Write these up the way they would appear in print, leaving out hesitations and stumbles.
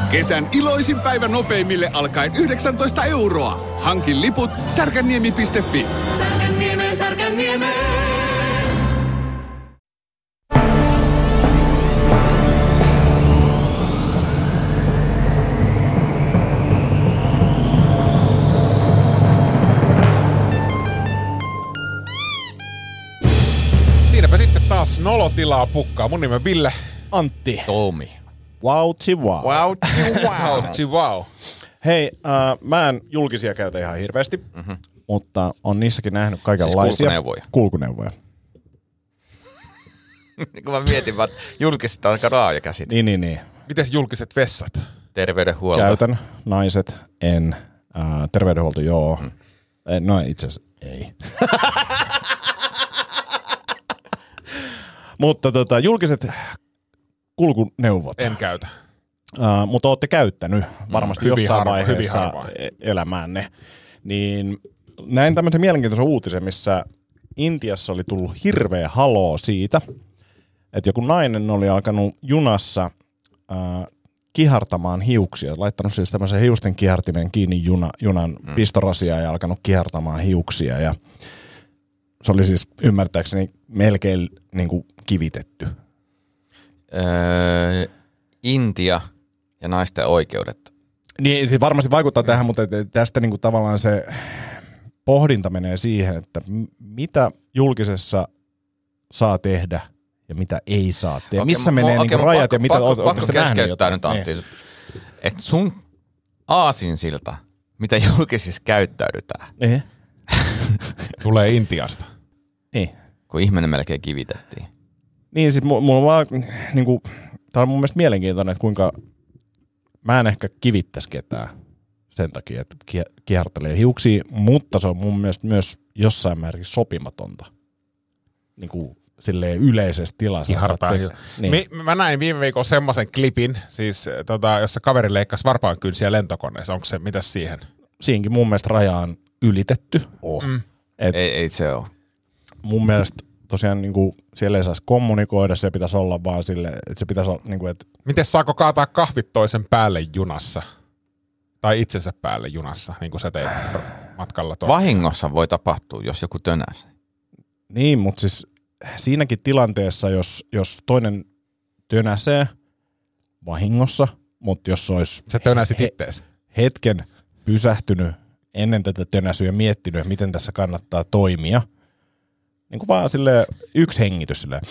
Kesän iloisin päivä nopeimille alkaen 19 €. Hankin liput särkänniemi.fi. Särkänniemi, Särkänniemi. Siinäpä sitten taas nolotilaa pukkaa. Mun nimi on Ville. Antti. Tomi. Wautsi wow. Wautsi wow. Hei, mä en julkisia käytä ihan hirveästi, mutta on niissäkin nähnyt kaikenlaisia kulkuneuvoja. Kun mä mietin vaan, että julkiset on aika raaja käsite. Niin. Mites julkiset vessat? Terveydenhuolto. Käytän, naiset, en. Terveydenhuolto, joo. No itse asiassa ei. Mutta julkiset kulkuneuvot. En käytä. Mutta olette käyttänyt varmasti jossain vaiheessa harvoin. elämäänne. Niin näin tämmöisen mielenkiintoisen uutisen, missä Intiassa oli tullut hirveä haloo siitä, että joku nainen oli alkanut junassa kihartamaan hiuksia, laittanut siis tämmöisen hiusten kihartimen kiinni junan pistorasiaan ja alkanut kihartamaan hiuksia. Ja se oli siis ymmärtääkseni melkein niin kuin kivitetty. Intia ja naisten oikeudet. Niin, se varmasti vaikuttaa tähän, mutta tästä niin kuin tavallaan se pohdinta menee siihen, että mitä julkisessa saa tehdä ja mitä ei saa tehdä. Missä menee niin kuin rajat ja mitä pakko keskeyttää nyt, Antti. Että sun aasinsilta, mitä julkisissa käyttäydytään. Tulee Intiasta. Niin. Kun ihminen melkein kivitettiin. Niin, sit mulla on vaan, niinku, tää on mun mielestä mielenkiintoinen, että kuinka mä en ehkä kivittäisi ketään sen takia, että kihartelee hiuksia, mutta se on mun mielestä myös jossain määrin sopimatonta. Niinku silleen yleisessä tilassa. Kihartaa. Niin. Mä näin viime viikolla semmoisen klipin, siis jossa kaveri leikkasi varpaankynsiä lentokoneessa. Onko se, mitäs siihen? Siinkin mun mielestä raja on ylitetty. Ei se ole. Mun mielestä tosiaan niinku, siellä ei saisi kommunikoida, se pitäisi olla vaan silleen, että se pitäisi olla niinku, että... Miten saako kaataa kahvit toisen päälle junassa? Tai itsensä päälle junassa, niin kuin sä teit matkalla tuolla? Vahingossa voi tapahtua, jos joku tönäsi. Niin, mutta siis siinäkin tilanteessa, jos toinen tönäsee vahingossa, mutta jos olisi... Sä tönäsit ittees. Hetken pysähtynyt ennen tätä tönäsyä ja miettinyt, miten tässä kannattaa toimia, niin kuin vaan silleen yksi hengitys silleen,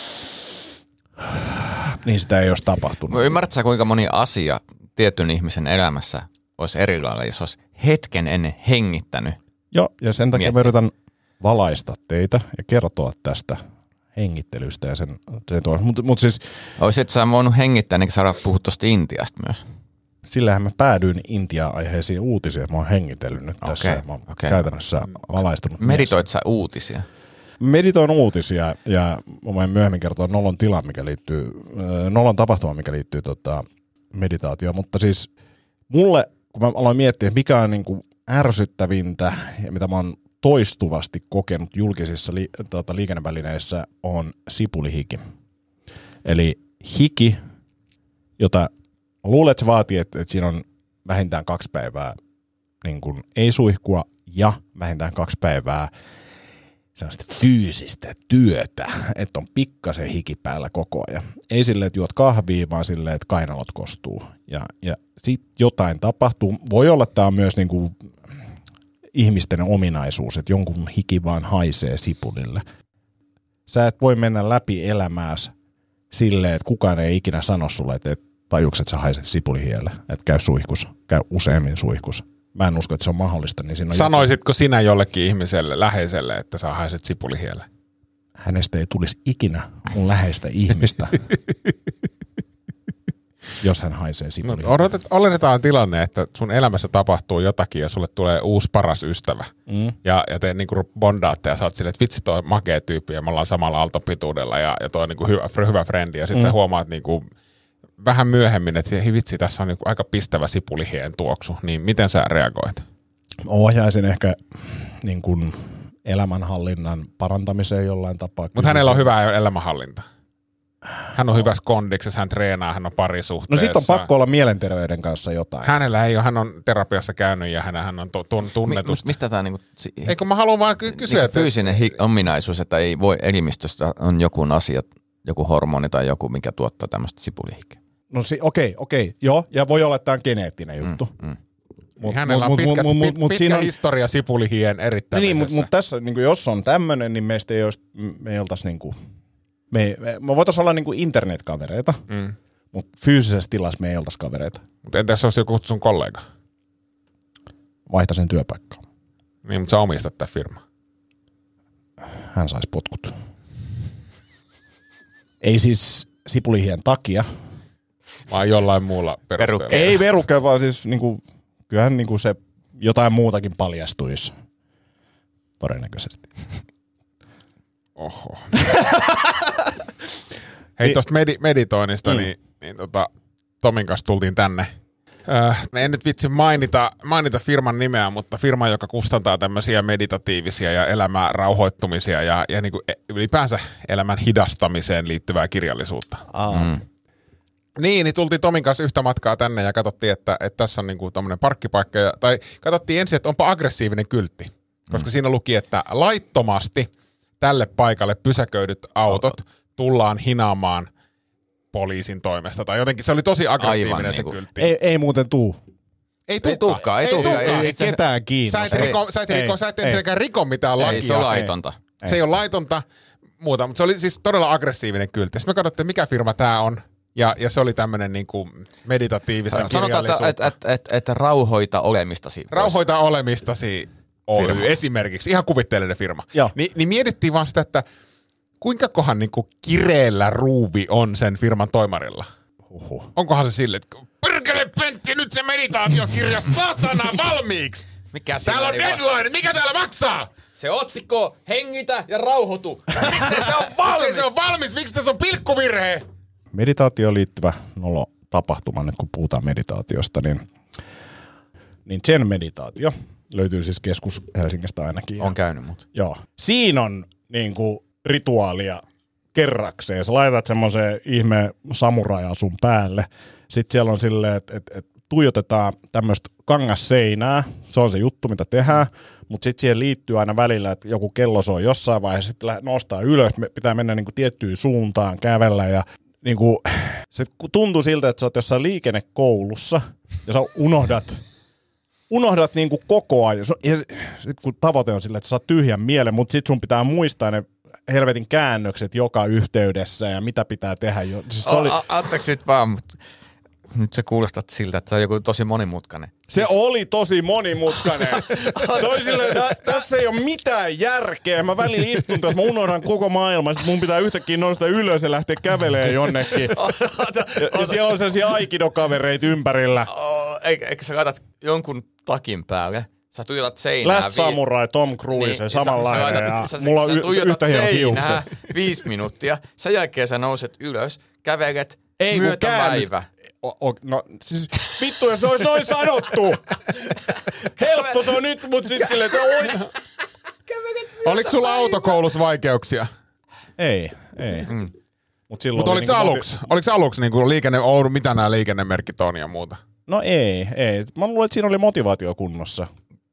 niin sitä ei olisi tapahtunut. Ymmärrätkö kuinka moni asia tietyn ihmisen elämässä olisi erilainen, jos olisi hetken ennen hengittänyt? Joo, ja sen takia mä yritän valaista teitä ja kertoa tästä hengittelystä ja sen mutta siis... Olisit sä voinut hengittää, niin saada puhua tuosta Intiasta myös. Sillähän mä päädyin Intia-aiheisiin uutisiin, mä oon hengitellyt nyt tässä ja mä oon käytännössä valaistunut. Meditoit sä uutisia? Meditoin uutisia ja mä voin myöhemmin kertoa Nolon tilan, mikä liittyy, Nolon tapahtuma, mikä liittyy meditaatioon, mutta siis mulle, kun mä aloin miettiä, mikä on niin kuin ärsyttävintä ja mitä mä oon toistuvasti kokenut julkisissa liikennevälineissä, on sipulihiki. Eli hiki, jota luulen, että se vaatii, että siinä on vähintään 2 päivää niin kuin ei-suihkua ja vähintään 2 päivää sellaista fyysistä työtä, että on pikkasen hiki päällä koko ajan. Ei silleen, että juot kahvia, vaan silleen, että kainalot kostuu. Ja sitten jotain tapahtuu. Voi olla, että tämä on myös niin kuin ihmisten ominaisuus, että jonkun hiki vaan haisee sipulille. Sä et voi mennä läpi elämääsi silleen, että kukaan ei ikinä sano sulle, että tajuuks, että sä haiset sipulihielle, että käy suihkussa, käy useammin suihkussa. Mä en usko, että se on mahdollista. Niin siinä on sanoisitko sinä jollekin ihmiselle, läheiselle, että sä haiset sipulihielle? Hänestä ei tulisi ikinä mun läheistä ihmistä, jos hän haisee sipulihielle. No, oletetaan tilanne, että sun elämässä tapahtuu jotakin ja sulle tulee uusi paras ystävä. Ja te niinku bondaatte ja sä oot silleen, että vitsi toi makea tyyppi ja me ollaan samalla aaltopituudella ja toi on niinku hyvä frendi. Ja sit sä huomaat niinku vähän myöhemmin, että vitsi, tässä on niinku aika pistävä sipulihien tuoksu, niin miten sä reagoit? Ohjaisin ehkä niin kuin elämänhallinnan parantamiseen jollain tapaa. Mutta hänellä on hyvä elämänhallinta. Hän on hyvässä kondiksessa, hän treenaa, hän on parisuhteessa. No sit on pakko olla mielenterveyden kanssa jotain. Hänellä ei ole, hän on terapiassa käynyt ja hän on tunnetusti. Mistä tämä niinku... Eikö mä haluan vaan kysyä, että... Fyysinen ominaisuus, että ei voi elimistöstä on joku asia, joku hormoni tai joku, mikä tuottaa tämmöistä sipulihkeä. No okei, joo, ja voi olla, että tämä on geneettinen juttu. Hänellä on pitkä historia sipulihien erittämisessä. Niin, mutta tässä, niin jos on tämmöinen, niin meistä ei olisi, me ei oltaisi niin kuin, me voitaisiin olla niin kuin internetkavereita, mutta fyysisessä tilassa me ei oltaisi kavereita. Mutta entä jos olisi joku sun kollega? Vaihtaisin työpaikkaa. Niin, mutta sä omistat tämän firman. Hän saisi potkut. Ei siis sipulihien takia. Vaan jollain muulla perusteella. Ei veruke, vaan siis niinku, kyllähän niinku se jotain muutakin paljastuisi. Todennäköisesti. Oho. Hei, tuosta meditoinnista, niin Tomin kanssa tultiin tänne. En nyt vitsi mainita firman nimeä, mutta firma, joka kustantaa tämmöisiä meditatiivisia ja elämää rauhoittumisia ja niin kuin ylipäänsä elämän hidastamiseen liittyvää kirjallisuutta. Niin tultiin Tomin kanssa yhtä matkaa tänne ja katsottiin, että tässä on niinku tommonen parkkipaikka. Tai katsottiin ensin, että onpa aggressiivinen kyltti. Koska siinä luki, että laittomasti tälle paikalle pysäköidyt autot tullaan hinaamaan poliisin toimesta. Tai jotenkin se oli tosi aggressiivinen aivan se niinku kyltti. Ei muuten tuu. Ei tuukaan. Ei ketään kiinnosta. Sä et ensinnäkään riko mitään lakia. Ei, se on laitonta. Se ei ole laitonta muuta, mutta se oli siis todella aggressiivinen kyltti. Sitten me katsottiin, mikä firma tää on. Ja se oli tämmöinen niinku meditatiivista kirjallisuutta. Sanotaan, että rauhoita olemistasi. Rauhoita olemistasi Oy firma. Esimerkiksi. Ihan kuvitteellinen firma. Niin mietittiin vaan sitä, että kuinka kohan niinku kireellä ruuvi on sen firman toimarilla. Onkohan se silleen, että perkele Pentti, nyt se meditaatiokirja satana valmiiksi. Täällä on deadline, mikä täällä maksaa? Se otsikko, hengitä ja rauhoitu. Miksi se on valmis? Miksi se on valmis? Miksi tässä on pilkkuvirhe? Meditaatioon liittyvä tapahtuma, nyt kun puhutaan meditaatiosta, niin Zen-meditaatio löytyy siis keskus Helsingistä ainakin. On käynyt, mutta. Joo. Siinä on niinku rituaalia kerrakseen. Sä laitat semmoisen ihme samuraja sun päälle. Sitten siellä on silleen, että tuijotetaan tämmöistä kangasseinää. Se on se juttu, mitä tehdään. Mutta sitten siihen liittyy aina välillä, että joku kello soi jossain vaiheessa. Sitten nostaa ylös. Pitää mennä niinku tiettyyn suuntaan, kävellä ja niinku, se tuntuu siltä, että sä oot jossain liikennekoulussa ja sä unohdat niinku koko ajan. Ja sit kun tavoite on silleen, että sä oot tyhjän mielen, mutta sit sun pitää muistaa ne helvetin käännökset joka yhteydessä ja mitä pitää tehdä. Siis anteeksi nyt vaan, mutta nyt sä kuulostat siltä, että se on joku tosi monimutkainen. Se oli tosi monimutkainen. Se oli silleen, että tässä ei ole mitään järkeä. Mä välillä istun tässä, mä unohdan koko maailman. Sitten mun pitää yhtäkkiä nousta ylös ja lähteä kävelemään jonnekin. Ja siellä on sellaisia aikidokavereita ympärillä. Eikö sä katsot jonkun takin päälle? Sä tuijotat seinää. Last Samurai, Tom Cruise, niin, samanlainen. Mulla on yhtä hieno hiukset. 5 minuuttia. Sen jälkeen sä nouset ylös, kävelet myötäpäivä. No siis vittu, jos se olisi noin sanottu. Helppo se on nyt, mutta sitten silleen, että oliko sulla autokoulussa vaikeuksia? Ei. Mutta oliko se aluksi niin kuin mitä nämä liikennemerkit on ja muuta? No ei. Mä luulen, että siinä oli motivaatio kunnossa.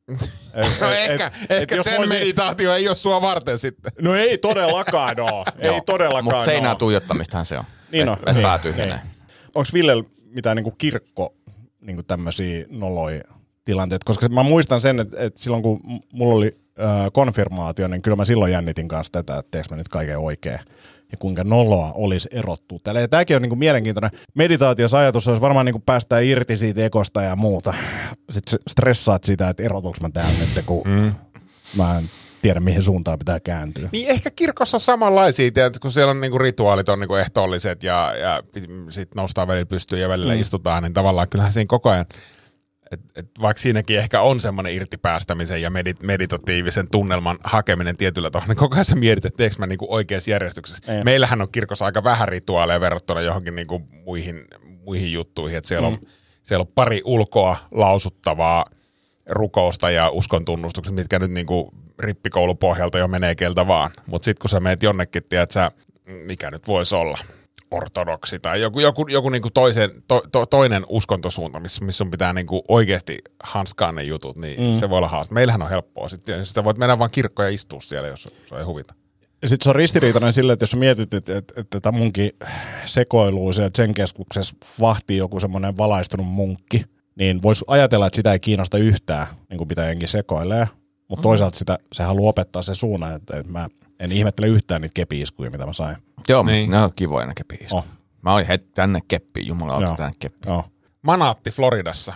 Ehkä sen meditaatio ei ole sua varten sitten. No ei todellakaan ole. Ei todellakaan ole. Mutta seinään tuijottamistahan se on. Niin on. Päätyhjenee. Onko Villellä mitään niinku kirkko niinku tämmöisiä noloja tilanteita? Koska mä muistan sen, että silloin kun mulla oli konfirmaatio, niin kyllä mä silloin jännitin kanssa tätä, että teekö mä nyt kaiken oikein. Ja kuinka noloa olisi erottua tällä. Ja tämäkin on niinku mielenkiintoinen. Meditaatiossa ajatus olisi varmaan niinku päästää irti siitä ekosta ja muuta. Sitten stressaat sitä, että erotuks mä täällä nyt, kun mä en tiedä, mihin suuntaan pitää kääntyä. Niin ehkä kirkossa on samanlaisia, kun siellä on niinku rituaalit on niinku ehtoolliset ja sitten noustaan välillä pystyyn ja välillä istutaan, niin tavallaan kyllähän siinä koko ajan, vaikka siinäkin ehkä on semmoinen irtipäästämisen ja meditatiivisen tunnelman hakeminen tietyllä tavalla, niin koko ajan sä mietit, että teekö mä niinku oikeassa järjestyksessä. Meillähän on kirkossa aika vähän rituaaleja verrattuna johonkin niinku muihin juttuihin, että siellä on pari ulkoa lausuttavaa rukousta ja uskon tunnustukset, mitkä nyt niinku rippikoulupohjalta jo menee keltä vaan. Mutta sitten kun sä meet jonnekin, tiedät sä, mikä nyt voisi olla. ortodoksi tai joku niinku toinen uskontosuunta, missä sun pitää niinku oikeasti hanskaa ne jutut, niin se voi olla haastava. Meillähän on helppoa. Sitten sä voit mennä vaan kirkkoon ja istua siellä, jos se ei huvita. Sitten se on ristiriitainen silleen, että jos sä mietit, että tätä munkin sekoilua siellä Zen-keskuksessa vahtii joku semmoinen valaistunut munkki, niin voisi ajatella, että sitä ei kiinnosta yhtään, niin kuin mitä jengi sekoilee. Mutta toisaalta se haluaa opettaa se suunnan, että mä en ihmettele yhtään niitä kepi-iskuja, mitä mä sain. Joo, niin. Ne on kivoja ne kepi-iskuja. Mä olin heti tänne keppiin, jumala otti tänne keppiin. Joo. Manaatti Floridassa.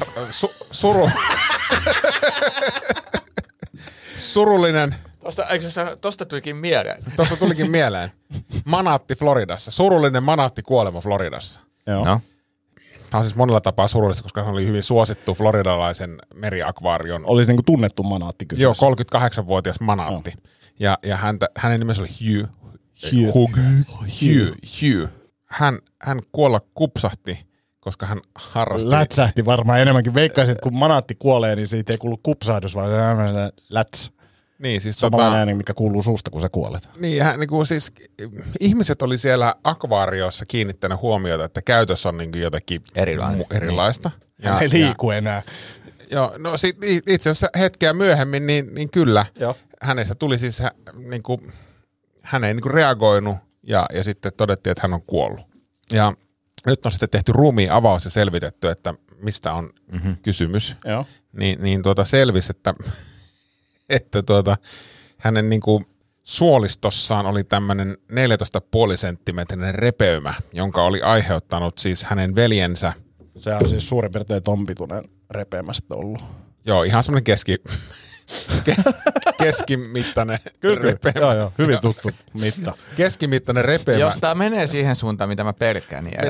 Surullinen. Tosta tulikin mieleen. Tosta tulikin mieleen. Manaatti Floridassa. Surullinen manaatti kuolema Floridassa. Joo. No. Tämä on siis monella tapaa surullista, koska hän oli hyvin suosittu floridalaisen meriakvaarion. Olisi niinku tunnettu manaatti kyseessä. Joo, 38-vuotias manaatti. Ja hänen nimensä oli Hugh. Hän kuolla kupsahti, koska hän harrasti. Lätsähti varmaan enemmänkin. Veikkaisin, että kun manaatti kuolee, niin siitä ei kuulu kupsahdus, vaan se läts. Niin, siis sama ääni, mikä kuuluu suusta, kun sä kuolet. Niin, siis ihmiset oli siellä akvaariossa kiinnittänyt huomiota, että käytös on niin jotenkin erilaista. Hän ei liiku enää. Joo, no itse asiassa hetkeä myöhemmin, niin kyllä. Joo. Hänestä tuli siis, hän ei reagoinut ja sitten todettiin, että hän on kuollut. Ja nyt on sitten tehty ruumiin avaus ja selvitetty, että mistä on kysymys. Joo. Niin selvisi, että hänen suolistossaan oli tämmöinen 14,5 senttimetrinen repeymä, jonka oli aiheuttanut siis hänen veljensä. Se on siis suurin piirtein ton pituinen repeymästä ollut. Joo, ihan semmoinen keskimittainen repeymä. Joo, hyvin tuttu mitta. Keskimittainen repeymä. Jos tää menee siihen suuntaan, mitä mä pelkään, niin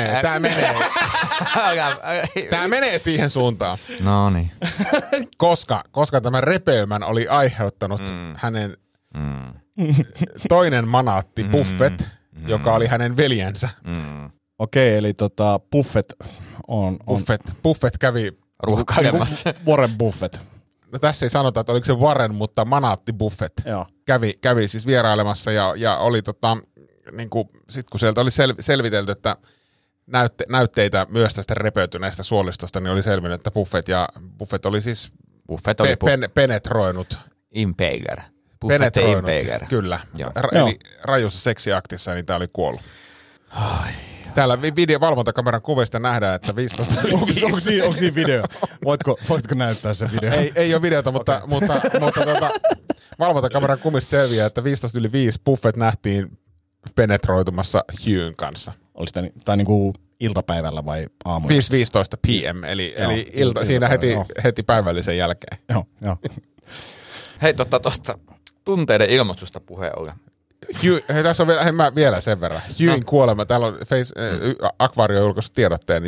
Tää menee siihen suuntaan. No niin. Koska tämän repeymän oli aiheuttanut hänen toinen manaatti Buffett, joka oli hänen veljensä. Okei, eli Buffett on Buffett kävi ruokailemassa. Warren Buffett. No tässä ei sanota, että oliko se Warren, mutta manaatti Buffett kävi siis vierailemassa ja oli sit kun sieltä oli selvitelty, että näytteitä myös tästä repeytyneestä suolistosta, niin oli selvinnyt, että Buffett oli siis penetroinut. Impaler. Penetroinut, kyllä. Eli rajussa seksiaktissa, niin tää oli kuollut. Ai. Täällä valvontakameran kuvista nähdään, että 15 Onko siinä video? Voitko näyttää sen video? Ei ole videota, mutta valvontakameran kuvista selviää, että 15 yli 5 Buffett nähtiin penetroitumassa Hughen kanssa. Oliko tämä niinku iltapäivällä vai aamulla? 5:15 p.m. eli ilta siinä heti päivällisen jälkeen. Joo. Hei, tuosta tunteiden ilmoitusta puheen ollen. Tässä on vielä sen verran. Hughen kuolema. Täällä on Akvaario julkaissut tiedotteen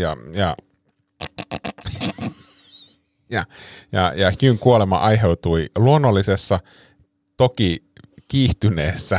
ja Hughen kuolema aiheutui luonnollisessa, toki kiihtyneessä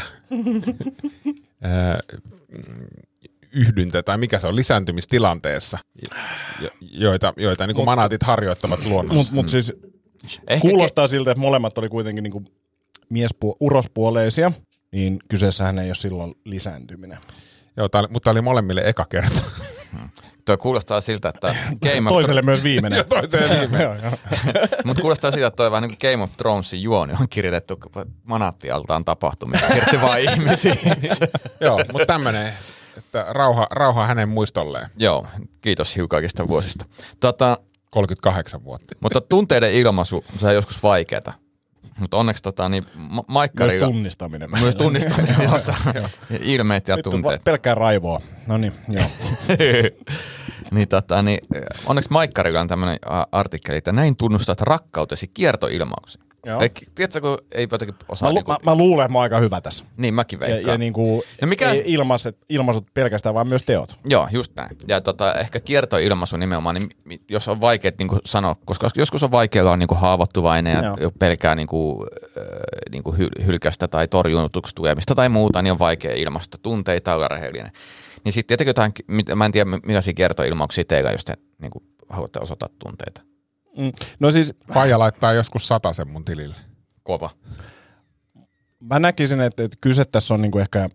yhdyntä, tai mikä se on, lisääntymistilanteessa, joita niin kuin manaatit harjoittavat luonnossa. Mutta siis kuulostaa siltä, että molemmat oli kuitenkin niin kuin urospuoleisia, niin kyseessähän ei ole silloin lisääntyminen. Joo, mutta oli molemmille eka kerta. Tuo kuulostaa siltä, että toiselle myös viimeinen. Toiselle viimeinen. Mutta kuulostaa siltä, että toi vähän niin kuin Game of Thronesin juoni on kirjoitettu manaattialtaan tapahtumia. Kerti vaan ihmisiä. Joo, mutta tämmöinen, että rauha hänen muistolleen. Joo, kiitos kaikista vuosista. 38 vuotta. Mutta tunteiden ilmaisu, se on joskus vaikeaa. Mutta onneksi Maikkarilla... Myös tunnistaminen. Ilmeet ja tunteet. Pelkkää raivoa. No niin, joo. niin, onneksi Maikkarilla on tämmöinen artikkeli, että näin tunnustat rakkautesi kiertoilmauksiin. Tiedätkö, kun ei jotenkin osaa... Mä luulen, että mä oon aika hyvä tässä. Niin, mäkin veikkaan. Ja niinku, ei ilmaisut pelkästään, vaan myös teot. Joo, just näin. Ja ehkä kiertoilmaisu nimenomaan, niin jos on vaikea niinku sanoa, koska joskus on vaikea olla niinku haavoittuvainen ja pelkää niinku hylkästä tai torjunutuksi tulemista tai muuta, niin on vaikea ilmaista tunteita, olla rehellinen. Niin sitten tietenkin jotain, mä en tiedä millaisia kiertoilmauksia teillä, jos te niinku haluatte osoittaa tunteita. No siis... Faija laittaa joskus 100 sen mun tilille. Kova. Mä näkisin, että kyse tässä on niinku ehkä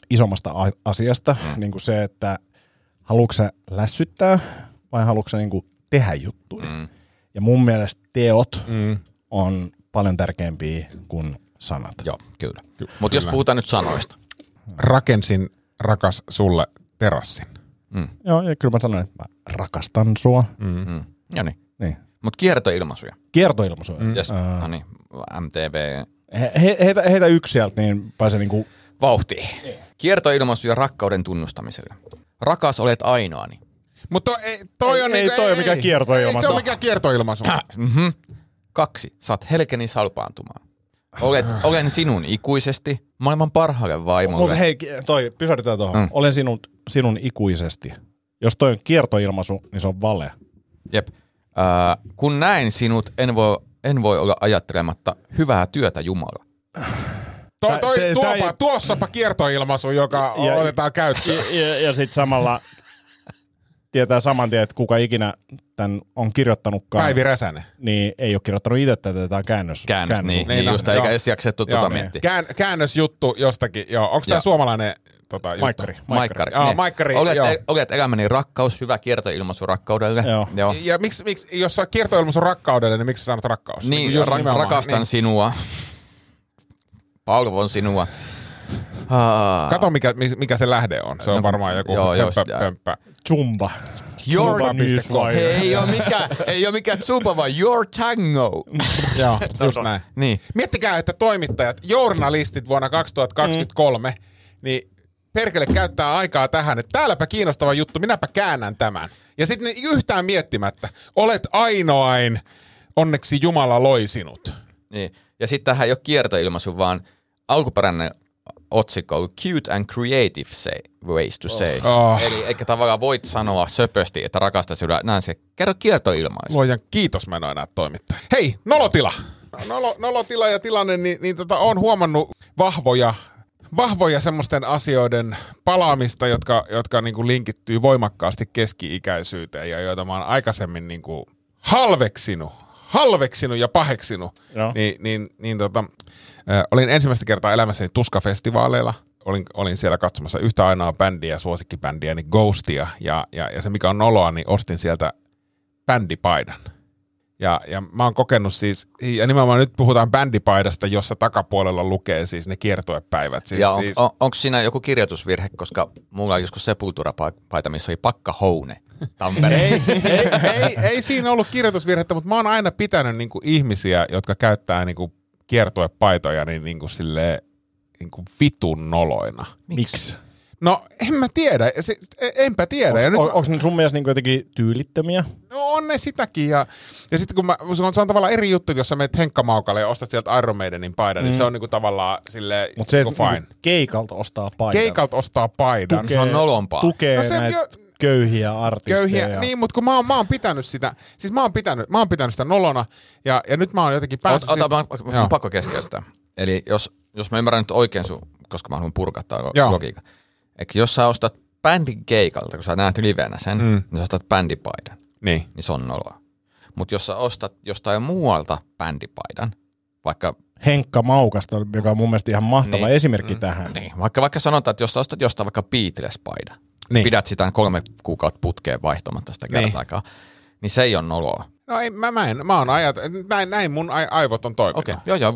isommasta asiasta, niin kuin se, että haluatko sä lässyttää vai haluatko sä niin kuin tehdä juttuja. Ja mun mielestä teot on paljon tärkeämpiä kuin sanat. Joo, kyllä. Mutta jos puhutaan nyt sanoista. Rakensin, rakas, sulle terassin. Joo, ja kyllä mä sanoin, että mä rakastan sua. Ja niin. Mutta kiertoilmaisuja. Kiertoilmaisuja. Yes. No niin, MTV. Heitä yksi sieltä, niin pääsee niinku... Vauhtiin. Kiertoilmaisuja rakkauden tunnustamiselle. Rakas, olet ainoani. Mutta toi on ei toi mikään kiertoilmaisu. Ei se ole mikään kiertoilmaisu. 2. Saat helkeni salpaantumaan. Olen sinun ikuisesti, maailman parhaalle vaimolle. Mutta hei, pysähdytään tuohon. Olen sinun ikuisesti. Jos toi on kiertoilmaisu, niin se on vale. Jep. Kun näen sinut, en voi olla ajattelematta hyvää työtä Jumala. Tuossapa kiertoilmaisu, joka otetaan käyttöön. Ja sitten samalla tietää saman tien, että kuka ikinä tämän on kirjoittanutkaan. Päivi Räsänen. Niin ei ole kirjoittanut itse tätä, tämä on käännös. Niin just, eikä edes jaksettu miettiä. Käännösjuttu jostakin, joo. Onko tämä suomalainen Maikkari. Maikkari, olet elämäni rakkaus, hyvä kiertoilmaisu rakkaudelle. Joo. Ja miksi, jos on kiertoilmaisu rakkaudelle, niin miksi sä sanot rakkaus? Niin, rakastan sinua. Palvon sinua. Kato, mikä se lähde on. Se on varmaan joku pömppä. Zumba. Ei ole mikään Zumba, vaan Your Tango. Joo, just näin. Niin. Miettikää, että toimittajat, journalistit vuonna 2023, niin perkele käyttää aikaa tähän, että täälläpä kiinnostava juttu, minäpä käännän tämän. Ja sitten yhtään miettimättä, olet ainoain, onneksi Jumala loi sinut. Niin. Ja sitten tähän ei ole kiertoilmaisu, vaan alkuperäinen otsikko on Cute and Creative Ways to Say. Eli eikä tavallaan voit sanoa söpösti, että rakastat sinua. Näin se. Kerro kiertoilmaisu. Luojan kiitos, mä en ole enää toimittaja. Hei, nolotila! Nolotila ja tilanne, niin on huomannut vahvoja semmoisten asioiden palaamista, jotka niinku linkittyy voimakkaasti keski-ikäisyyteen ja joita mä oon aikaisemmin niinku halveksinut ja paheksinut. Olin ensimmäistä kertaa elämässäni Tuska-festivaaleilla. Olin siellä katsomassa yhtä ainoa bändiä, suosikkibändiä, niin Ghostia. Ja se mikä on noloa, niin ostin sieltä bändipaidan. Ja mä oon kokenut siis, ja nimenomaan nyt puhutaan bändipaidasta, jossa takapuolella lukee siis ne kiertuepäivät. Siis, ja onko siinä joku kirjoitusvirhe, koska mulla on joskus Sepultura-paita, missä oli Pakkahoune Tampereen. ei siinä ollut kirjoitusvirhettä, mutta mä oon aina pitänyt niinku ihmisiä, jotka käyttää niinku kiertuepaitoja niinku silleen niinku vitun noloina. Miksi? No en mä tiedä, enpä tiedä. Onko ne sun mielestä niinku jotenkin tyylittömiä? No on ne sitäkin ja sitten kun se on tavallaan eri juttu, jos sä menet Henkkamaukalle ja ostat sieltä Iron Maidenin paidan, niin se on niinku tavallaan silleen mut se, niinku fine. Niinku keikalta ostaa paidan. Se on nolompaa. Tukee näitä köyhiä artisteja. Niin, mutta kun mä oon pitänyt sitä, siis mä oon pitänyt sitä nolona ja nyt mä oon jotenkin päässyt... Mä oon pakko keskeyttää. Eli jos mä ymmärrän nyt oikein koska mä haluan purkata logiikan. Eli jos sä ostat bändin keikalta, kun sä näet livenä sen, niin sä ostat bändipaidan. Niin se on noloa. Mutta jos sä ostat jostain muualta bändipaidan, vaikka... Henkka Maukasta, joka on mun mielestä ihan mahtava esimerkki tähän. Niin, vaikka sanotaan, että jos sä ostat jostain vaikka Beatles-paidan, pidät sitä 3 kuukautta putkeen vaihtamatta sitä kertaakaan, niin se ei ole noloa. No ei, mä oon näin mun aivot on toiminut. Okei, joo,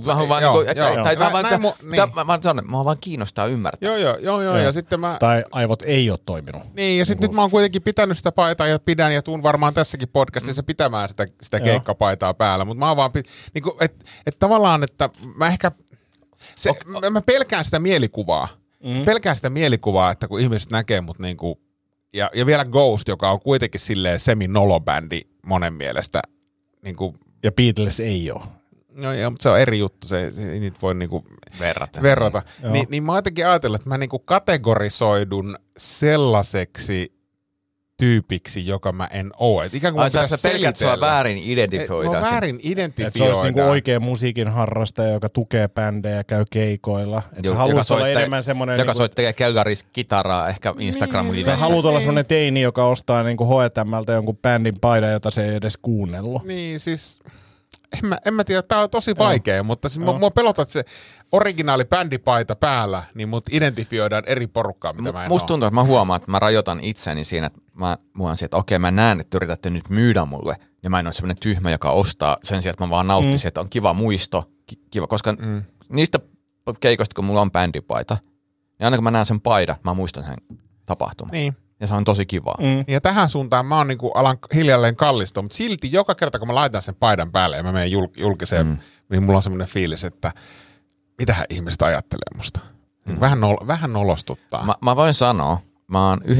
mä vaan kiinnostaa ymmärtää. Joo, ja sitten mä... Tai aivot ei ole toiminut. Niin, ja sitten nyt mä oon kuitenkin pitänyt sitä paitaa ja pidän ja tuun varmaan tässäkin podcastissa pitämään sitä keikkapaitaa päällä, mutta mä oon vaan, niinku, että tavallaan, että mä ehkä, mä pelkään sitä mielikuvaa. Pelkään sitä mielikuvaa, että kun ihmiset näkee mut niinku, ja vielä Ghost, joka on kuitenkin silleen semi-nolobändi monen mielestä. Niinku, ja Beatles ei ole. No joo, mutta se on eri juttu, se niitä voi niinku verrata. Niin mä oon jotenkin ajatellut, että mä niinku kategorisoidun sellaiseksi tyypiksi, joka mä en oo. Et ikään kuin sä pelkät sua väärin identifioida. Väärin identifioida. Että se olisi niinku oikea musiikin harrastaja, joka tukee bändejä ja käy keikoilla. Että sä haluat olla enemmän semmoinen... Joka soittelee kelgaris kitaraa ehkä Instagram-livessä. Sä haluat olla semmoinen teini, joka ostaa niinku H&M:ltä jonkun bändin paidan, jota se ei edes kuunnellut. Niin siis... En mä tiedä, tää on tosi vaikea, mutta siis mua pelottaa, että se originaali bändipaita päällä, niin mut identifioidaan eri porukkaa, mitä mä en Musta tuntuu, että mä huomaan, että mä rajoitan itseni siinä, että mä okei, mä näen, että yritätte nyt myydä mulle, ja mä en ole semmoinen tyhmä, joka ostaa sen sijaan, että mä vaan nauttisin, että on kiva muisto, kiva, koska niistä keikoista, kun mulla on bändipaita, niin aina kun mä näen sen paidan, mä muistan sen tapahtuman. Niin. Ja se on tosi kivaa. Ja tähän suuntaan mä oon niinku alan hiljalleen kallistua, mutta silti joka kerta, kun mä laitan sen paidan päälle ja mä menen julkiseen, niin mulla on semmoinen fiilis, että mitähän ihmiset ajattelee musta. Vähän nolostuttaa. Mä voin sanoa, mä oon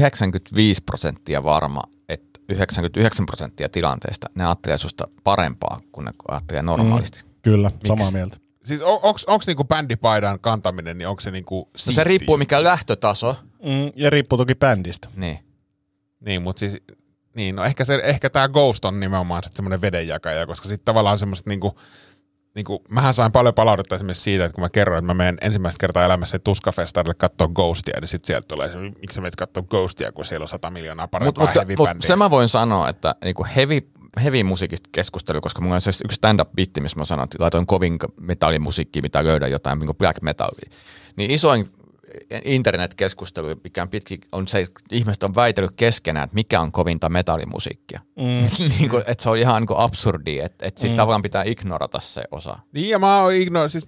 95% varma, että 99% tilanteesta ne ajattelee susta parempaa kuin ne ajattelee normaalisti. Kyllä, samaa mieltä. Siis onks niinku bändipaidan kantaminen, niin onko se niinku siistiä? Se riippuu mikä lähtötaso. Ja riippuu toki bändistä. Niin, mutta siis, niin, no ehkä tää Ghost on nimenomaan sit semmoinen vedenjakaja, koska sit tavallaan semmoiset niinku, mähän sain paljon palautetta esimerkiksi siitä, että kun mä kerroin, että mä menen ensimmäistä kertaa elämässä Tuskafestarille katsoa Ghostia, niin sit sieltä tulee se, miksi sä menet katsoa Ghostia, kun siellä on 100 miljoonaa parempaa heavy-bändiä. Mutta se mä voin sanoa, että niinku heavy musiikista keskustelu, koska mulla on se yksi stand-up-bitti, missä mä sanon, että laitoin kovin metallimusiikkia, mitä löydän jotain niin black metallia. Niin isoin internet-keskustelu, mikä on pitkin, on se, että ihmiset on väitellyt keskenään, että mikä on kovinta metallimusiikkia. Että se on ihan niin absurdia, että sitten tavallaan pitää ignorata se osa. Niin, ja mä oon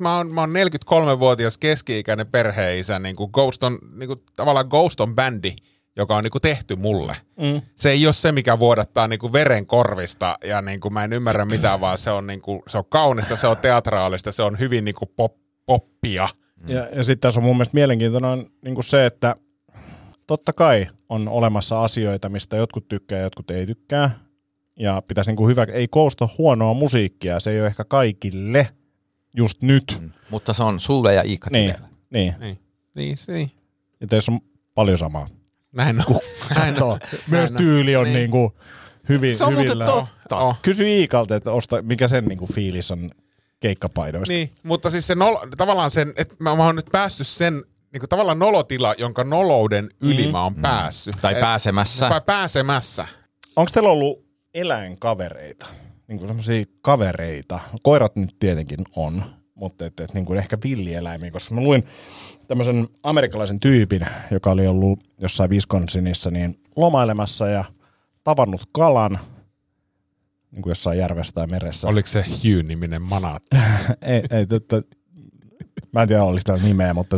43-vuotias keski-ikäinen perheisä, niin kuin tavallaan Ghost on bändi, joka on niinku tehty mulle. Se ei ole se, mikä vuodattaa niinku veren korvista ja niinku mä en ymmärrä mitään, vaan se on kaunista, se on teatraalista, se on hyvin niinku poppia. Ja sitten tässä on mun mielestä mielenkiintoinen niinku se, että totta kai on olemassa asioita, mistä jotkut tykkää ja jotkut ei tykkää. Ja pitäisi niinku ei Ghost ole huonoa musiikkia, se ei ole ehkä kaikille just nyt. Mutta se on sulle ja Iikatille. Niin. Ja teissä on paljon samaa. Näin on. Myös tyyli on niinku hyvin. Se on muuten hyvillä. totta. Kysy Iikalta, että mikä sen niinku fiilis on keikkapaidoista. Niin, mutta siis se tavallaan sen, että mä oon nyt päässyt sen niinku tavallaan nolotila, jonka nolouden yli mä oon päässyt. Tai pääsemässä. Onko teillä ollut eläinkavereita? Niinku semmosia kavereita. Koirat nyt tietenkin on. Mutta niin ehkä villieläimiä, koska mä luin tämmöisen amerikkalaisen tyypin, joka oli ollut jossain Wisconsinissa niin lomailemassa ja tavannut kalan niin kuin jossain järvessä tai meressä. Oliko se Hugh-niminen manaatti? ei, mä en tiedä, oliko sitä nimeä, mutta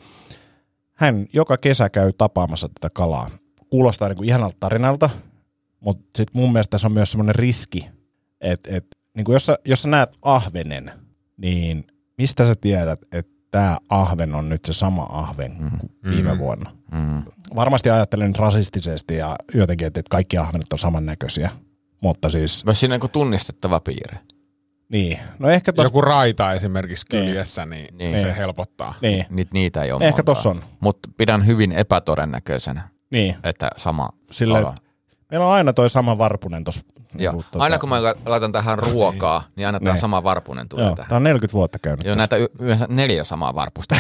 hän joka kesä käy tapaamassa tätä kalaa. Kuulostaa niin kuin ihanalta tarinalta, mutta sitten mun mielestä tässä on myös semmoinen riski, että niin kuin jos sä näet ahvenen, niin mistä sä tiedät, että tämä ahven on nyt se sama ahven kuin viime vuonna? Varmasti ajattelen nyt rasistisesti ja jotenkin, että kaikki ahvenet on samannäköisiä, mutta siis... Myös siinä on tunnistettava piirre. Niin. No ehkä joku raita esimerkiksi kyljessä, niin se helpottaa. Niin. Niitä ei ole ehkä montaa. tossa on. Mutta pidän hyvin epätodennäköisenä, että sama kala. Meillä on aina toi sama varpunen tuossa. Aina kun mä laitan tähän ruokaa, niin aina tämä sama varpunen tulee tähän. Tämä on 40 vuotta käynyt. Joo, näitä yleensä 4 samaa varpusta.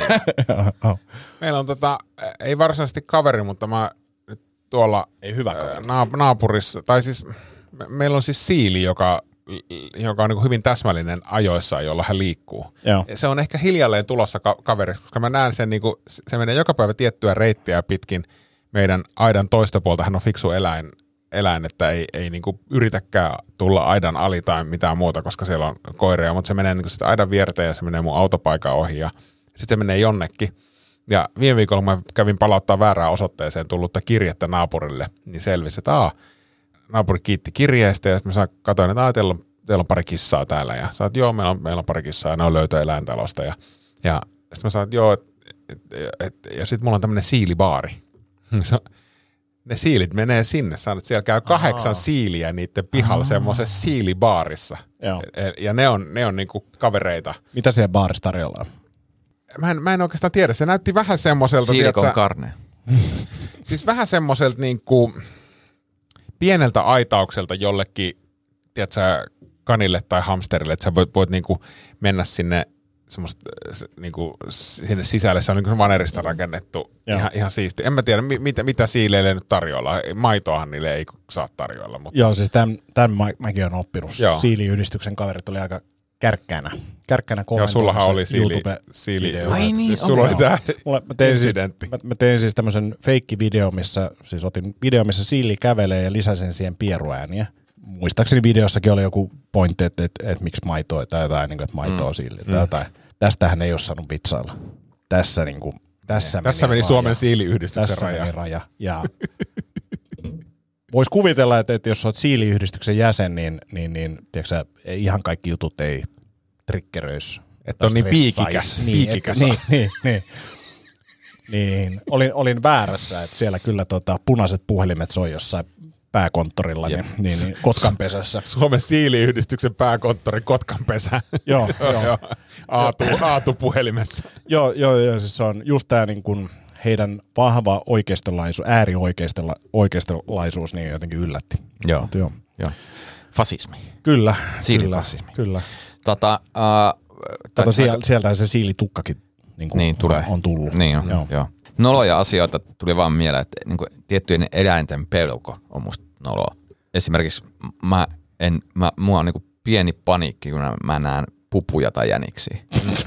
Meillä on ei varsinaisesti kaveri, mutta mä nyt tuolla ei hyvä naapurissa, tai siis meillä on siis siili, joka on niin hyvin täsmällinen ajoissa, jolla hän liikkuu. Joo. Se on ehkä hiljalleen tulossa kaveriksi, koska mä näen sen, se menee joka päivä tiettyä reittiä pitkin meidän aidan toista puolta. Hän on fiksu eläin, että ei niinku yritäkään tulla aidan ali tai mitään muuta, koska siellä on koiria, mutta se menee niinku sitä aidan viertä ja se menee mun autopaikan ohi ja sitten se menee jonnekin. Ja viime viikolla mä kävin palauttaa väärään osoitteeseen tullutta kirjettä naapurille, niin selvisi, että naapuri kiitti kirjeestä ja sitten mä katsoin, että teillä on pari kissaa täällä ja sä oot, joo, meillä on pari kissaa ja ne on löytöeläintalosta ja sitten mä sanoin, että joo, ja sitten mulla on tämmönen siilibaari. Ne siilit menee sinne. Sanoit, että siellä käy 8 siiliä niiden pihalla semmoisessa siilibaarissa. Ja ne on niinku kavereita. Mitä siellä baarissa tarjolla on? Mä en oikeastaan tiedä. Se näytti vähän semmoiselta... Siilikon karne. Siis vähän semmoiselta niinku pieneltä aitaukselta jollekin, tiedätkö, kanille tai hamsterille, että sä voit niinku mennä sinne semmoista niinku sinne sisälle, se on niinku vanerista rakennettu ihan siisti. En mä tiedä, mitä siileille nyt tarjolla. Maitoahan niille ei saa tarjoilla. Mutta... Joo, siis tämän mäkin olen oppinut. Siiliyhdistyksen kaverit oli aika kärkkänä Joo, sullahan oli siili. Ai niin, sulla oli tämä incidentti. Mä tein siis tämmöisen feikkivideo, missä siis otin video, missä siili kävelee ja lisäsin siihen pieruääniä. Muistaakseni videossakin oli joku pointti, että miksi maitoa tai jotain, että maito on siili tai jotain. Tästähän ei ole saanut vitsailla. Tässä meni Suomen siiliyhdistyksen raja. Ja vois kuvitella, että jos olet siiliyhdistyksen jäsen, niin tiedätkö, ihan kaikki jutut ei triggeröisi. Että on niin piikikäs. Niin, olin väärässä, että siellä kyllä punaiset puhelimet soi jossain pääkonttorilla, niin Kotkanpesässä. Suomen siiliyhdistyksen pääkonttori Kotkanpesä. Joo. Aatu puhelimessa. Joo, siis se on just tämä niin kuin heidän vahva äärioikeistolaisuus niin jotenkin yllätti. Joo. Fasismi. Kyllä. Siilifasismi. Kyllä. Sieltä se siilitukkakin niin tulee. On tullut. Niin on, joo. Noloja asioita tuli vaan mieleen, että niin kuin tiettyjen eläinten pelko on musta noloa. Esimerkiksi mulla on niin kuin pieni paniikki, kun mä näen pupuja tai jäniksiä.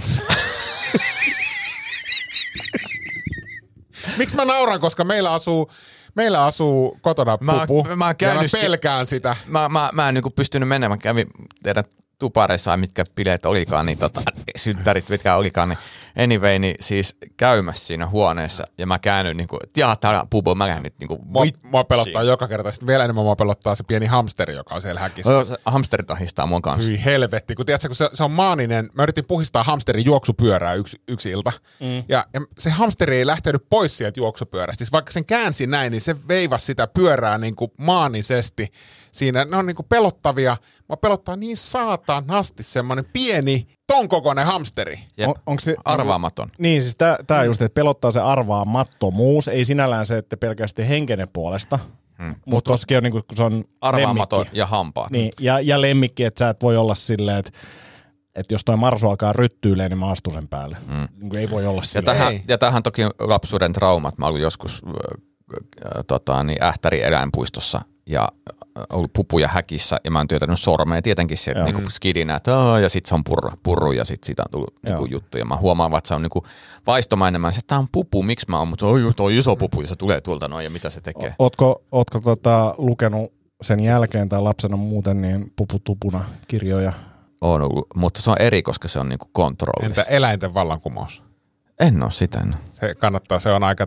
Miksi mä nauran, koska meillä asuu kotona pupu, mä pelkään sitä. Mä en niin kuin pystynyt menemään, mä kävin teidän tupareissa, mitkä bileet olikaan, niin synttärit, mitkä olikaan, niin anyway, niin siis käymässä siinä huoneessa, ja mä käännyin niinku, täällä pupu, mä lähden nyt niinku... Mua pelottaa joka kerta, sitten vielä enemmän mua pelottaa se pieni hamsteri, joka on siellä häkissä. No, hamsterit ahistaa mun kanssa. Hyi helvetti, kun tiedätkö, kun se on maaninen, mä yritin puhistaa hamsterin juoksupyörää yksi ilta, ja se hamsteri ei lähtenyt pois sieltä juoksupyörästä, siis vaikka sen käänsi näin, niin se veivasi sitä pyörää niinku maanisesti. Siinä ne on niinku pelottavia. Mä pelottaa niin saatanasti semmoinen pieni, ton kokoinen hamsteri. Onko se arvaamaton? Niin, siis tää just, että pelottaa se arvaamattomuus. Ei sinällään se, että pelkästään henkenen puolesta. Mutta tossakin on niinku, kun se on arvaamaton lemmikki. Ja hampaat. Niin, ja lemmikki, että sä et voi olla silleen, että jos toi marsu alkaa ryttyyleen, niin mä astun sen päälle. Niin ei voi olla silleen. Ja tämähän toki lapsuuden traumat. Mä olin joskus Ähtärin eläinpuistossa ja ollut pupuja häkissä, ja mä oon työtänyt sormea tietenkin sieltä niinku skidinä, että ja sit se on purru, ja sit siitä on tullut niinku juttuja. Mä huomaan, että se on niinku vaistomainen, että tää on pupu, miksi mä oon, mutta se on iso pupu, ja se tulee tuolta noin, ja mitä se tekee. Ootko lukenut sen jälkeen tai lapsena muuten niin puputupuna kirjoja? On ollut, mutta se on eri, koska se on niinku kontrollissa. Entä eläinten vallankumous? En oo sitä. Se kannattaa, se on aika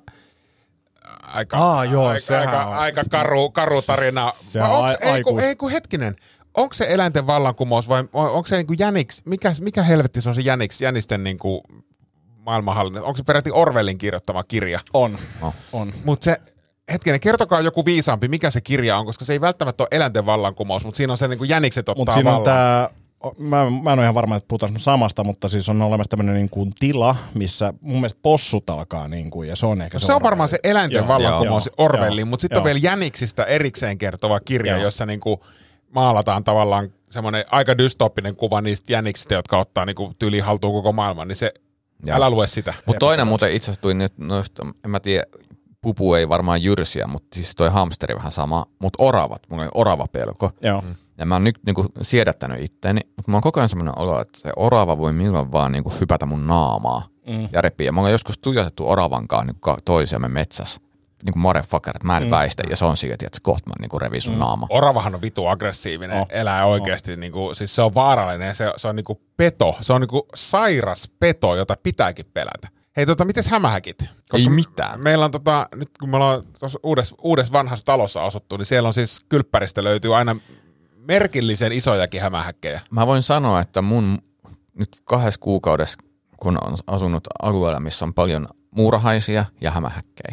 aika karu tarina. Ei kun hetkinen. Onko se eläinten vallankumous vai onko se niinku jäniks? Mikä helvetti se on se jänisten niinku maailmanhallinta? Onko se peräti Orwellin kirjoittama kirja? On. Mutta se, hetkinen, kertokaa joku viisaampi, mikä se kirja on, koska se ei välttämättä ole eläinten vallankumous, mutta siinä on se niinku jänikset ottaa vallan. Mutta siinä on mä en ole ihan varma, että puhutaan samasta, mutta siis on olemassa tämmöinen niin kuin tila, missä mun mielestä possut alkaa, niin kuin, ja se on ehkä se on varmaan se eläinten vallankumous Orwellin, mutta sitten on vielä jäniksistä erikseen kertova kirja, jossa niin kuin maalataan tavallaan semmoinen aika dystoppinen kuva niistä jäniksistä, jotka ottaa niin kuin tyyliin haltuun koko maailman, niin se, älä lue sitä. Mutta toinen muuten itse asiassa tuli nyt, en mä tiedä, pupu ei varmaan jyrsiä, mutta siis toi hamsteri vähän sama, mutta oravat, mulla on oravapelko. Joo. Ja mä oon nyt niinku siedättänyt itteeni, mutta mä oon koko ajan semmoinen olo, että se orava voi milloin vaan niinku hypätä mun naamaa ja repiä. Mä oon joskus tuijotettu oravankaan niinku toisiamme metsässä. Niinku motherfucker, että mä en väistä, ja se on siitä, että kohta mä niinku revin sun naama. Oravahan on vitu aggressiivinen, elää oikeasti, niinku, siis se on vaarallinen, se on niinku peto, se on niinku sairas peto, jota pitääkin pelätä. Hei, miten hämähäkit? Koska ei mitään. Meillä on nyt kun me ollaan tuossa uudessa vanhassa talossa asuttu, niin siellä on siis kylppäristä löytyy aina merkillisen isojakin hämähäkkejä. Mä voin sanoa, että mun nyt 2 kuukaudessa, kun on asunut alueella, missä on paljon muurahaisia ja hämähäkkejä,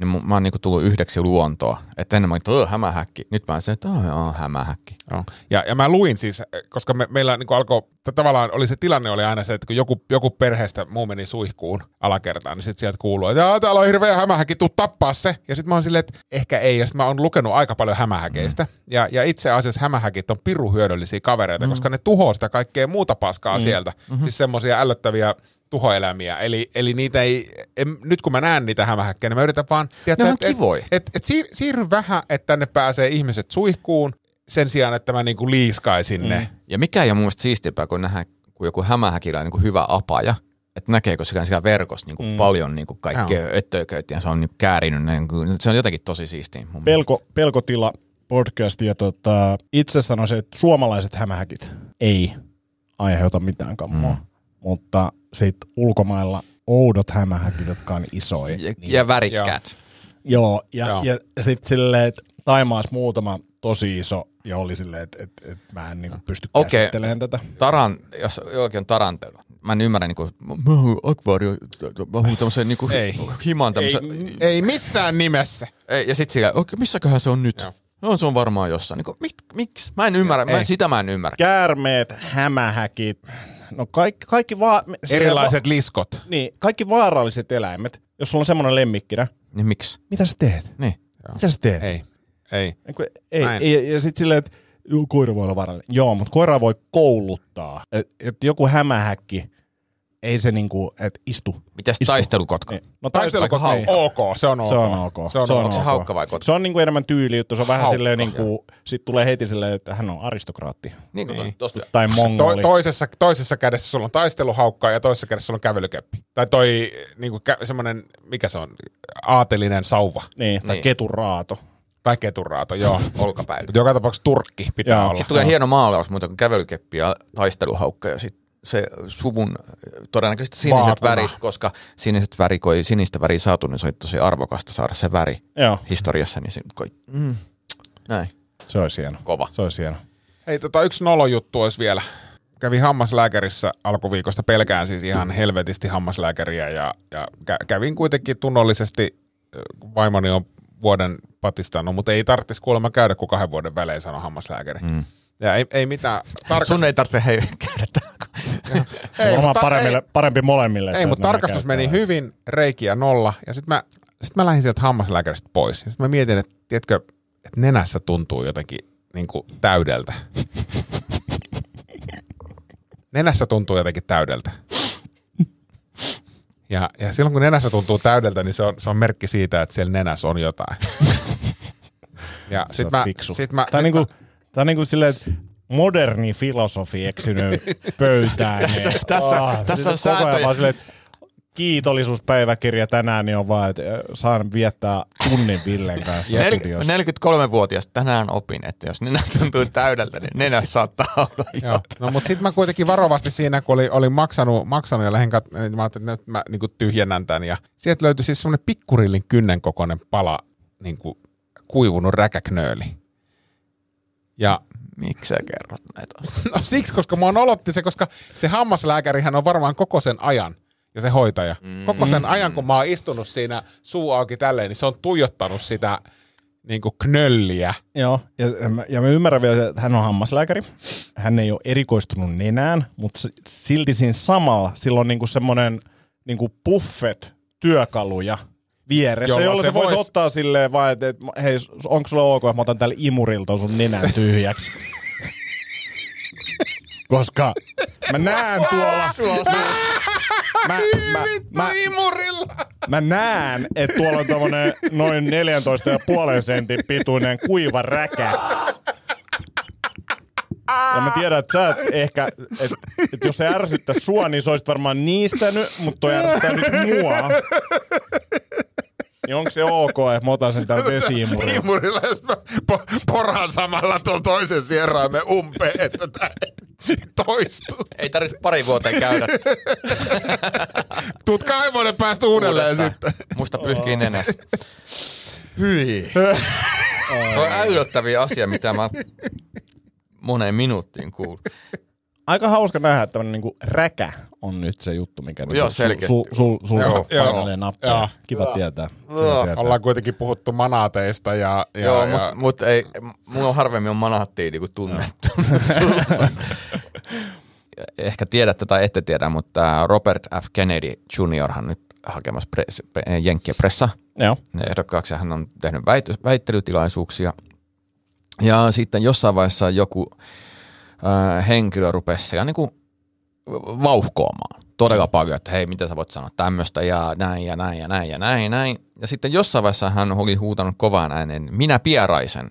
niin mä oon niinku tullut yhdeksi luontoa. Että ennen mä olin, hämähäkki. Nyt mä oon se, että hämähäkki. Joo. Ja mä luin siis, koska meillä niinku alkoi, tavallaan oli se tilanne oli aina se, että kun joku perheestä muu meni suihkuun alakertaan, niin sitten sieltä kuuluu, että täällä on hirveä hämähäkki, tuu tappaa se. Ja sitten mä oon silleen, että ehkä ei. Ja sitten mä oon lukenut aika paljon hämähäkeistä. Ja itse asiassa hämähäkit on pirun hyödyllisiä kavereita, koska ne tuhoaa sitä kaikkea muuta paskaa sieltä. Siis semmoisia ällöttäviä tuhoeläimiä. Eli niitä nyt kun mä näen niitä hämähäkkejä, niin mä yritän vaan, siirry vähän, että tänne pääsee ihmiset suihkuun sen sijaan, että mä niinku liiskaisin ne. Ja mikä ei ole mun mielestä siistimpää, kun nähdään, kun joku hämähäkillä on niinku hyvä apaja, että näkeekö siellä verkossa niinku paljon niinku kaikkea öttöököytiä, se on niinku käärinyt, se on jotenkin tosi siistiä. Pelkotila podcast ja itse sanoisin, että suomalaiset hämähäkit ei aiheuta mitään kammoa. Mutta sitten ulkomailla oudot hämähäkit, jotka on isoja. Ja värikkäät. Joo, ja sitten silleen, että Taimaassa muutama tosi iso, ja oli silleen, että mä en niinku pysty käsittelemään tätä. Jos jokin on tarantelu. Mä en ymmärrä niinku, akvaario, mä huun tämmösen niinku himaan tämmösen. Ei missään nimessä. Ja sit sillä, missäköhän se on nyt? Joo. No se on varmaan jossain. Niinku, miksi? Mä en ymmärrä, mä en ymmärrä. Käärmeet, hämähäkit, no kaikki erilaiset liskot. Niin, kaikki vaaralliset eläimet. Jos sulla on semmoinen lemmikkinä. Niin miksi? Mitä sä teet? Niin. Mitä sä teet? Ei. Ja sit silleen, että koira voi olla vaarallinen. Joo, mutta koira voi kouluttaa. Että joku hämähäkki, ei se niinku, että istu. Mitäs taistelukotka? Niin. No taistelukotka on ok, se on ok. Se on ok. Onko se haukka vai kotka? Se on niinku enemmän tyylijuttu, se on vähän silleen niinku, sit tulee heti silleen, että hän on aristokraatti. Niin. Tai mongoli. Toisessa kädessä sulla on taisteluhaukka ja toisessa kädessä sulla on kävelykeppi. Tai toi niinku semmonen, mikä se on, aatelinen sauva. Niin, tai keturaato. Tai keturaato, joo. Olkapäivä. Joka tapauksessa turkki pitää olla. Sitten tulee hieno maalaus muuta kuin kävelykeppi ja taisteluhaukka ja sitten se suvun todennäköisesti siniset värit, koska sinistä väriä saatu, niin se on tosi arvokasta saada se väri historiassa. Niin näin. Se olisi hieno. Kova. Se olisi hieno. Hei, yksi nolojuttu olisi vielä. Kävin hammaslääkärissä alkuviikosta, pelkään siis ihan helvetisti hammaslääkäriä ja kävin kuitenkin tunnollisesti, vaimoni on vuoden patistanut, mutta ei tarvitsisi kuulemma käydä, kun 2 vuoden välein sanoo hammaslääkäri. Ja ei mitään. Sun ei tarvitse käydä. Parempi molemmille. Ei, mutta tarkastus meni hyvin, reikiä 0. Ja sitten mä lähdin sieltä hammaslääkäristä pois. Ja sitten mä mietin, että tiedätkö, että nenässä tuntuu jotenkin niin kuin täydeltä. Nenässä tuntuu jotenkin täydeltä. Ja silloin kun nenässä tuntuu täydeltä, niin se on merkki siitä, että siellä nenässä on jotain. Ja Tämä on niinku silleen, että moderni filosofi eksynyt pöytään. Tässä on sääntöjä. Kiitollisuuspäiväkirja tänään niin on vaan, että saan viettää tunnin Villen kanssa studiossa. 43-vuotias tänään opin, että jos nenä tuntuu täydeltä, niin nenä saattaa olla jotain. No mutta sitten mä kuitenkin varovasti siinä, kun olin maksanut ja lähdin niin mä ajattelin, että mä niin tyhjennän tämän. Ja sieltä löytyi siis semmoinen pikkurillin kynnen kokoinen pala niin kuivunut räkäknööli. Ja miksi sä kerrot näitä? No siksi, koska mua nolotti se, koska se hammaslääkärihän on varmaan koko sen ajan. Ja se hoitaja. Koko sen ajan, kun mä oon istunut siinä suu auki tälleen, niin se on tuijottanut sitä niinku knölliä. Joo, ja mä ymmärrän vielä, että hän on hammaslääkäri. Hän ei ole erikoistunut nenään, mutta silti siinä samalla sillä on niinku semmoinen niinku buffet työkaluja vieressä, jolloin se voisi ottaa silleen vaan, että hei, onko sulla ok, että mä otan tälle imurilta sun nenän tyhjäksi. Koska mä näen tuolla... Mä näen, että tuolla on tommonen noin 14,5 sentin pituinen kuiva räkä. Ja mä tiedän, että sä ehkä, että jos se ärsyttää sua, niin sä olisit varmaan niistänyt, mutta toi ärsyttää nyt mua. Niin onko se ok, että mä otan sen täällä vesi-imurilla? Imurilla, jos mä poraan samalla tuon toisen sierraamme umpeen, että tää toistuu. Ei tarvitse 2 vuoteen käydä. Tuut 2 vuoden päästä uudelleen sitten. Musta pyyhkii nenässä. Hyi. On älyttäviä asia, mitä mä moneen minuuttiin kuulun. aika hauska nähdä, että tämmöinen niinku räkä on nyt se juttu, mikä Joo, selkeästi. Sulla painelleen nappeja. Kiva tietää. Ollaan kuitenkin puhuttu manaateista ja mutta ei, mulla harvemmin on manaattia niinku tunnettu suussa. Ehkä tiedätte tai ette tiedä, mutta Robert F. Kennedy Jr. nyt hakemassa Jenkkien pressa. Joo. Ehdokkaaksi hän on tehnyt väittelytilaisuuksia. Ja sitten jossain vaiheessa joku henkilö rupesi siellä niin kuin vauhkoamaan todella paljon, että hei, miten sä voit sanoa tämmöistä ja näin ja näin ja näin ja näin ja näin. Ja sitten jossain vaiheessa hän oli huutanut kovaan ääneen, minä pieraisen,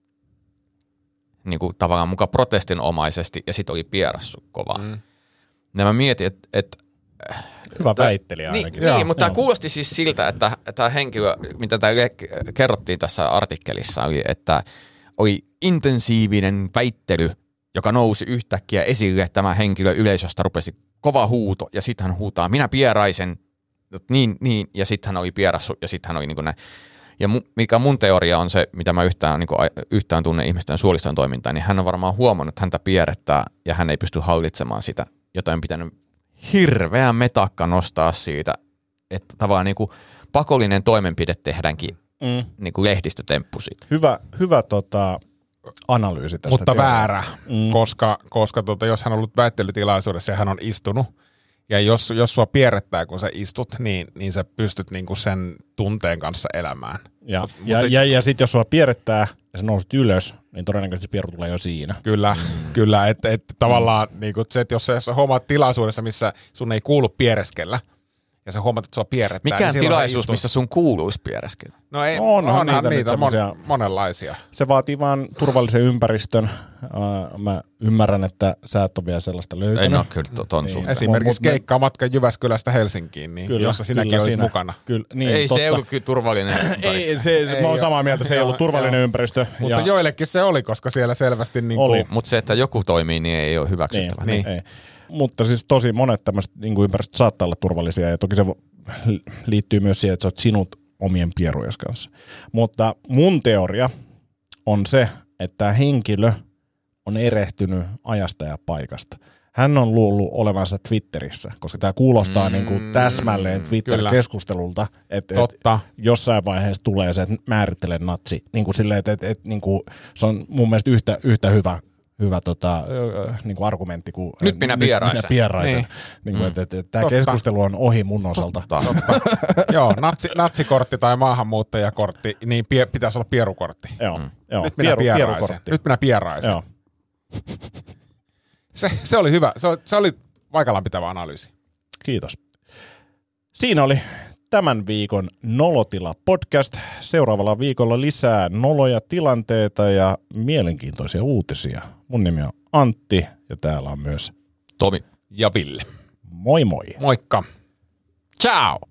niin kuin tavallaan mukaan protestinomaisesti, ja sitten oli pierassut kovaan. Ja mä mietin, että hyvä väitteli ainakin. Niin, mutta tämä kuulosti siis siltä, että tämä henkilö, mitä tämä kerrottiin tässä artikkelissa, oli, että oli intensiivinen väittely, joka nousi yhtäkkiä esille, että tämä henkilö yleisöstä rupesi kova huuto, ja sitten hän huutaa, minä pieraisen, niin, ja sitten hän oli pierassut, ja sitten hän oli niin kuin näin. Ja mikä mun teoria on se, mitä mä yhtään tunne ihmisten suoliston toimintaa, niin hän on varmaan huomannut, että häntä pierrettää, ja hän ei pysty hallitsemaan sitä, joten on pitänyt hirveä metakka nostaa siitä, että tavallaan niin kuin pakollinen toimenpide tehdäänkin niin kuin lehdistötemppu siitä. Hyvä analyysi tästä. Mutta väärä, koska jos hän on ollut väittelytilaisuudessa ja hän on istunut, ja jos sua pierrettää, kun sä istut, niin sä pystyt niinku sen tunteen kanssa elämään. Ja sitten jos sua pierrettää ja sä nousit ylös, niin todennäköisesti se pieru tulee jo siinä. Kyllä, että tavallaan niinku se, että jos sä huomaat tilaisuudessa, missä sun ei kuulu piereskellä, ja sä huomaat, että sua pierrettää. Mikään niin tilaisuus, missä sun kuuluisi piereskellä? No ei, onhan niitä monenlaisia. Se vaatii vaan turvallisen ympäristön. Mä ymmärrän, että sä et ole vielä sellaista löytänyt. Ei, no kyllä ton suhteen. Esimerkiksi keikkaamatka Jyväskylästä Helsinkiin, niin kyllä, jossa sinäkin olit mukana. Kyllä, niin, ei totta. se ollut kyllä turvallinen ympäristö. Mä oon samaa mieltä, se ei ollut turvallinen ympäristö. Mutta joillekin se oli, koska siellä selvästi niin oli. Mutta se, että joku toimii, niin ei ole hyväksyttävä. Niin. Ei. Mutta siis tosi monet tämmöiset niin ympäristöt saattaa olla turvallisia, ja toki se liittyy myös siihen, että sä oot sinut omien pierujen kanssa. Mutta mun teoria on se, että tämä henkilö on erehtynyt ajasta ja paikasta. Hän on luullut olevansa Twitterissä, koska tämä kuulostaa niin kuin täsmälleen Twitter-keskustelulta, että jossain vaiheessa tulee se, että määrittele natsi. Niin kuin silleen, että niin kuin se on mun mielestä yhtä hyvä niin kuin argumentti kuin nyt minä pieraisen. Niin kuin, että tämä keskustelu on ohi mun osalta. Joo, natsikortti tai maahanmuuttajakortti, niin pitäisi olla pierukortti. Joo. Nyt minä pieraisen. Joo. Se oli hyvä. Se oli paikallaan pitävä analyysi. Kiitos. Siinä oli tämän viikon Nolotila podcast. Seuraavalla viikolla lisää noloja tilanteita ja mielenkiintoisia uutisia. Mun nimi on Antti ja täällä on myös Tomi ja Ville. Moi moi. Moikka. Ciao.